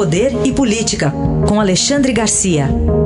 Poder e Política, com Alexandre Garcia.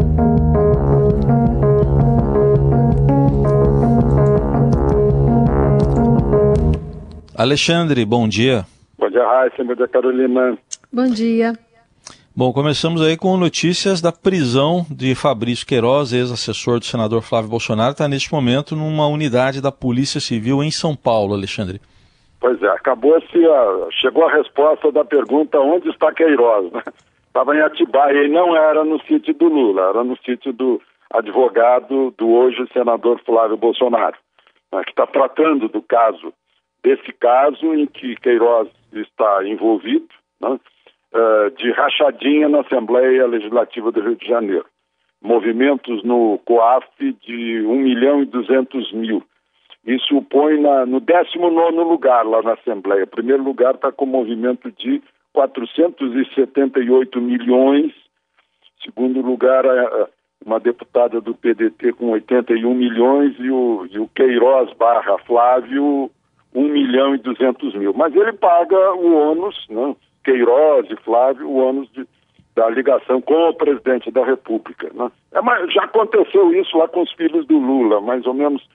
Alexandre, bom dia. Bom dia, Raíssa. Bom dia, Carolina. Bom dia. Bom, começamos aí com notícias da prisão de Fabrício Queiroz, ex-assessor do senador Flávio Bolsonaro, está neste momento numa unidade da Polícia Civil em São Paulo, Alexandre. Pois é, chegou a resposta da pergunta onde está Queiroz, né? Estava em Atibaia e não era no sítio do Lula, era no sítio do advogado do hoje senador Flávio Bolsonaro, né, que está tratando desse caso em que Queiroz está envolvido, né, de rachadinha na Assembleia Legislativa do Rio de Janeiro. Movimentos no COAF de 1.200.000. Isso o põe no 19º lugar lá na Assembleia. O primeiro lugar está com movimento de 478 milhões. Segundo lugar, uma deputada do PDT com 81 milhões e o Queiroz / Flávio, 1.200.000. Mas ele paga o ônus, né? Queiroz e Flávio, o ônus da ligação com o presidente da República, né? Mas já aconteceu isso lá com os filhos do Lula, mais ou menos.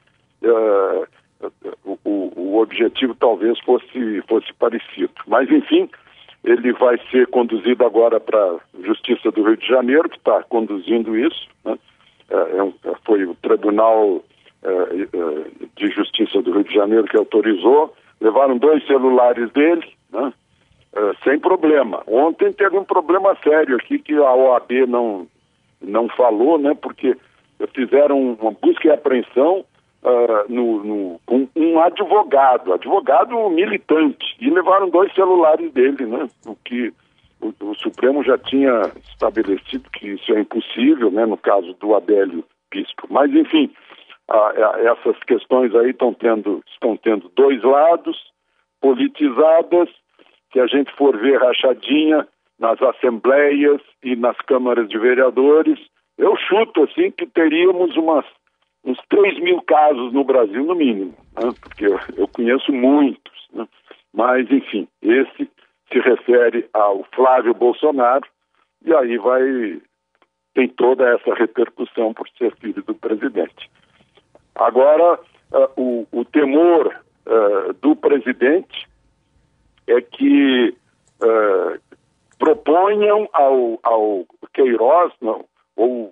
O objetivo talvez fosse parecido. Mas, enfim, ele vai ser conduzido agora para a Justiça do Rio de Janeiro, que está conduzindo isso, né? Foi o Tribunal de Justiça do Rio de Janeiro que autorizou. Levaram 2 celulares dele, né? Sem problema. Ontem teve um problema sério aqui que a OAB não falou, né? Porque fizeram uma busca e apreensão com um advogado militante, e levaram 2 celulares dele, né? O que o Supremo já tinha estabelecido que isso é impossível, né? No caso do Adélio Bispo. Mas, enfim, essas questões aí estão tendo 2 lados, politizadas. Se a gente for ver rachadinha nas assembleias e nas câmaras de vereadores, eu chuto assim que teríamos uns 3.000 casos no Brasil, no mínimo, né? Porque eu conheço muitos, né? Mas, enfim, esse se refere ao Flávio Bolsonaro, e aí tem toda essa repercussão por ser filho do presidente. Agora, o temor do presidente é que proponham ao Queiroz, não, ou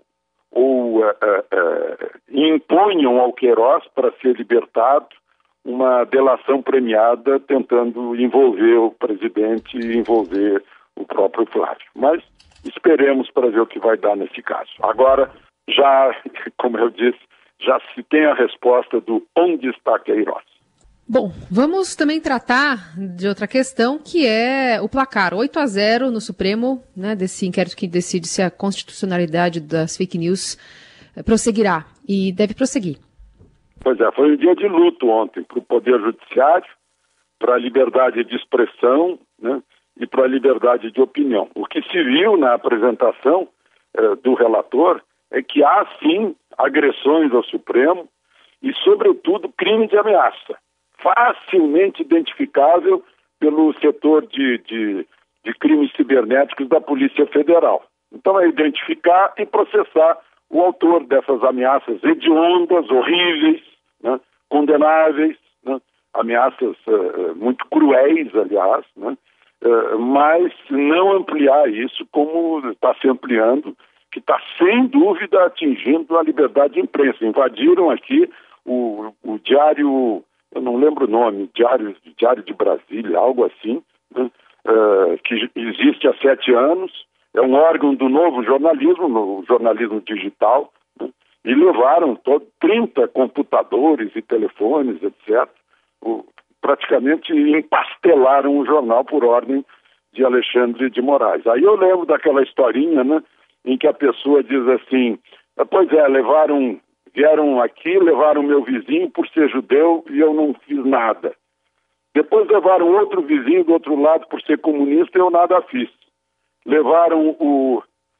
imponham ao Queiroz, para ser libertado, uma delação premiada tentando envolver o presidente e envolver o próprio Flávio. Mas esperemos para ver o que vai dar nesse caso. Agora, já, como eu disse, já se tem a resposta do onde está Queiroz. Bom, vamos também tratar de outra questão, que é o placar 8-0 no Supremo, né, desse inquérito que decide se a constitucionalidade das fake news prosseguirá, e deve prosseguir. Pois é, foi um dia de luto ontem para o Poder Judiciário, para a liberdade de expressão, né, e para a liberdade de opinião. O que se viu na apresentação do relator é que há, sim, agressões ao Supremo e, sobretudo, crime de ameaça, facilmente identificável pelo setor de crimes cibernéticos da Polícia Federal. Então é identificar e processar o autor dessas ameaças hediondas, horríveis, né, condenáveis, né, ameaças muito cruéis, aliás, né, mas não ampliar isso como está se ampliando, que está sem dúvida atingindo a liberdade de imprensa. Invadiram aqui o diário, eu não lembro o nome, Diário de Brasília, algo assim, né, que existe há 7 anos, é um órgão do novo jornalismo, no jornalismo digital, né, e levaram 30 computadores e telefones, etc. Praticamente empastelaram o jornal por ordem de Alexandre de Moraes. Aí eu lembro daquela historinha, né, em que a pessoa diz assim, pois é, vieram aqui, levaram meu vizinho por ser judeu e eu não fiz nada. Depois levaram outro vizinho do outro lado por ser comunista e eu nada fiz. Levaram o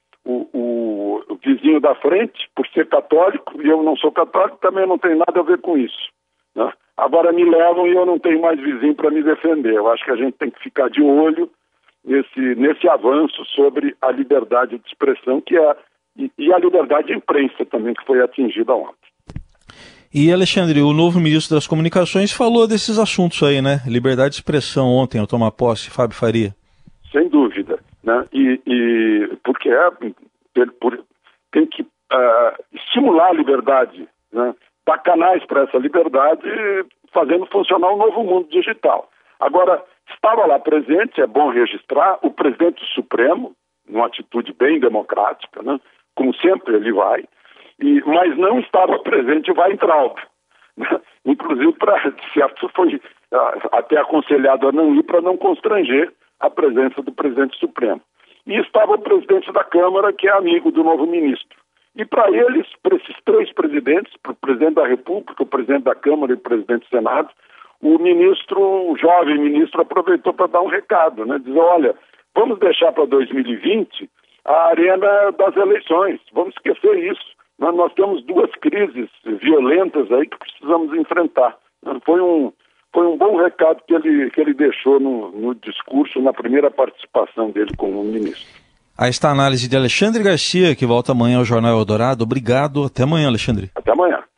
vizinho da frente por ser católico e eu não sou católico, também não tem nada a ver com isso, né? Agora me levam e eu não tenho mais vizinho para me defender. Eu acho que a gente tem que ficar de olho nesse avanço sobre a liberdade de expressão e a liberdade de imprensa também, que foi atingida ontem. E, Alexandre, o novo ministro das Comunicações falou desses assuntos aí, né? Liberdade de expressão ontem, ao tomar posse, Fábio Faria. Sem dúvida, né? Porque tem que estimular a liberdade, né? Dar canais para essa liberdade, fazendo funcionar o novo mundo digital. Agora, estava lá presente, é bom registrar, o presidente do Supremo, numa atitude bem democrática, né? Como sempre ele vai, mas não estava presente o Weintraub, né? Inclusive, certo, foi até aconselhado a não ir para não constranger a presença do presidente do Supremo. E estava o presidente da Câmara, que é amigo do novo ministro. E para eles, para esses três presidentes, para o presidente da República, o presidente da Câmara e o presidente do Senado, o jovem ministro aproveitou para dar um recado, né? Dizer, olha, vamos deixar para 2020 a arena das eleições, vamos esquecer isso. Nós temos duas crises violentas aí que precisamos enfrentar. Foi um bom recado que ele deixou no discurso, na primeira participação dele como ministro. Aí está a análise de Alexandre Garcia, que volta amanhã ao Jornal Eldorado. Obrigado. Até amanhã, Alexandre. Até amanhã.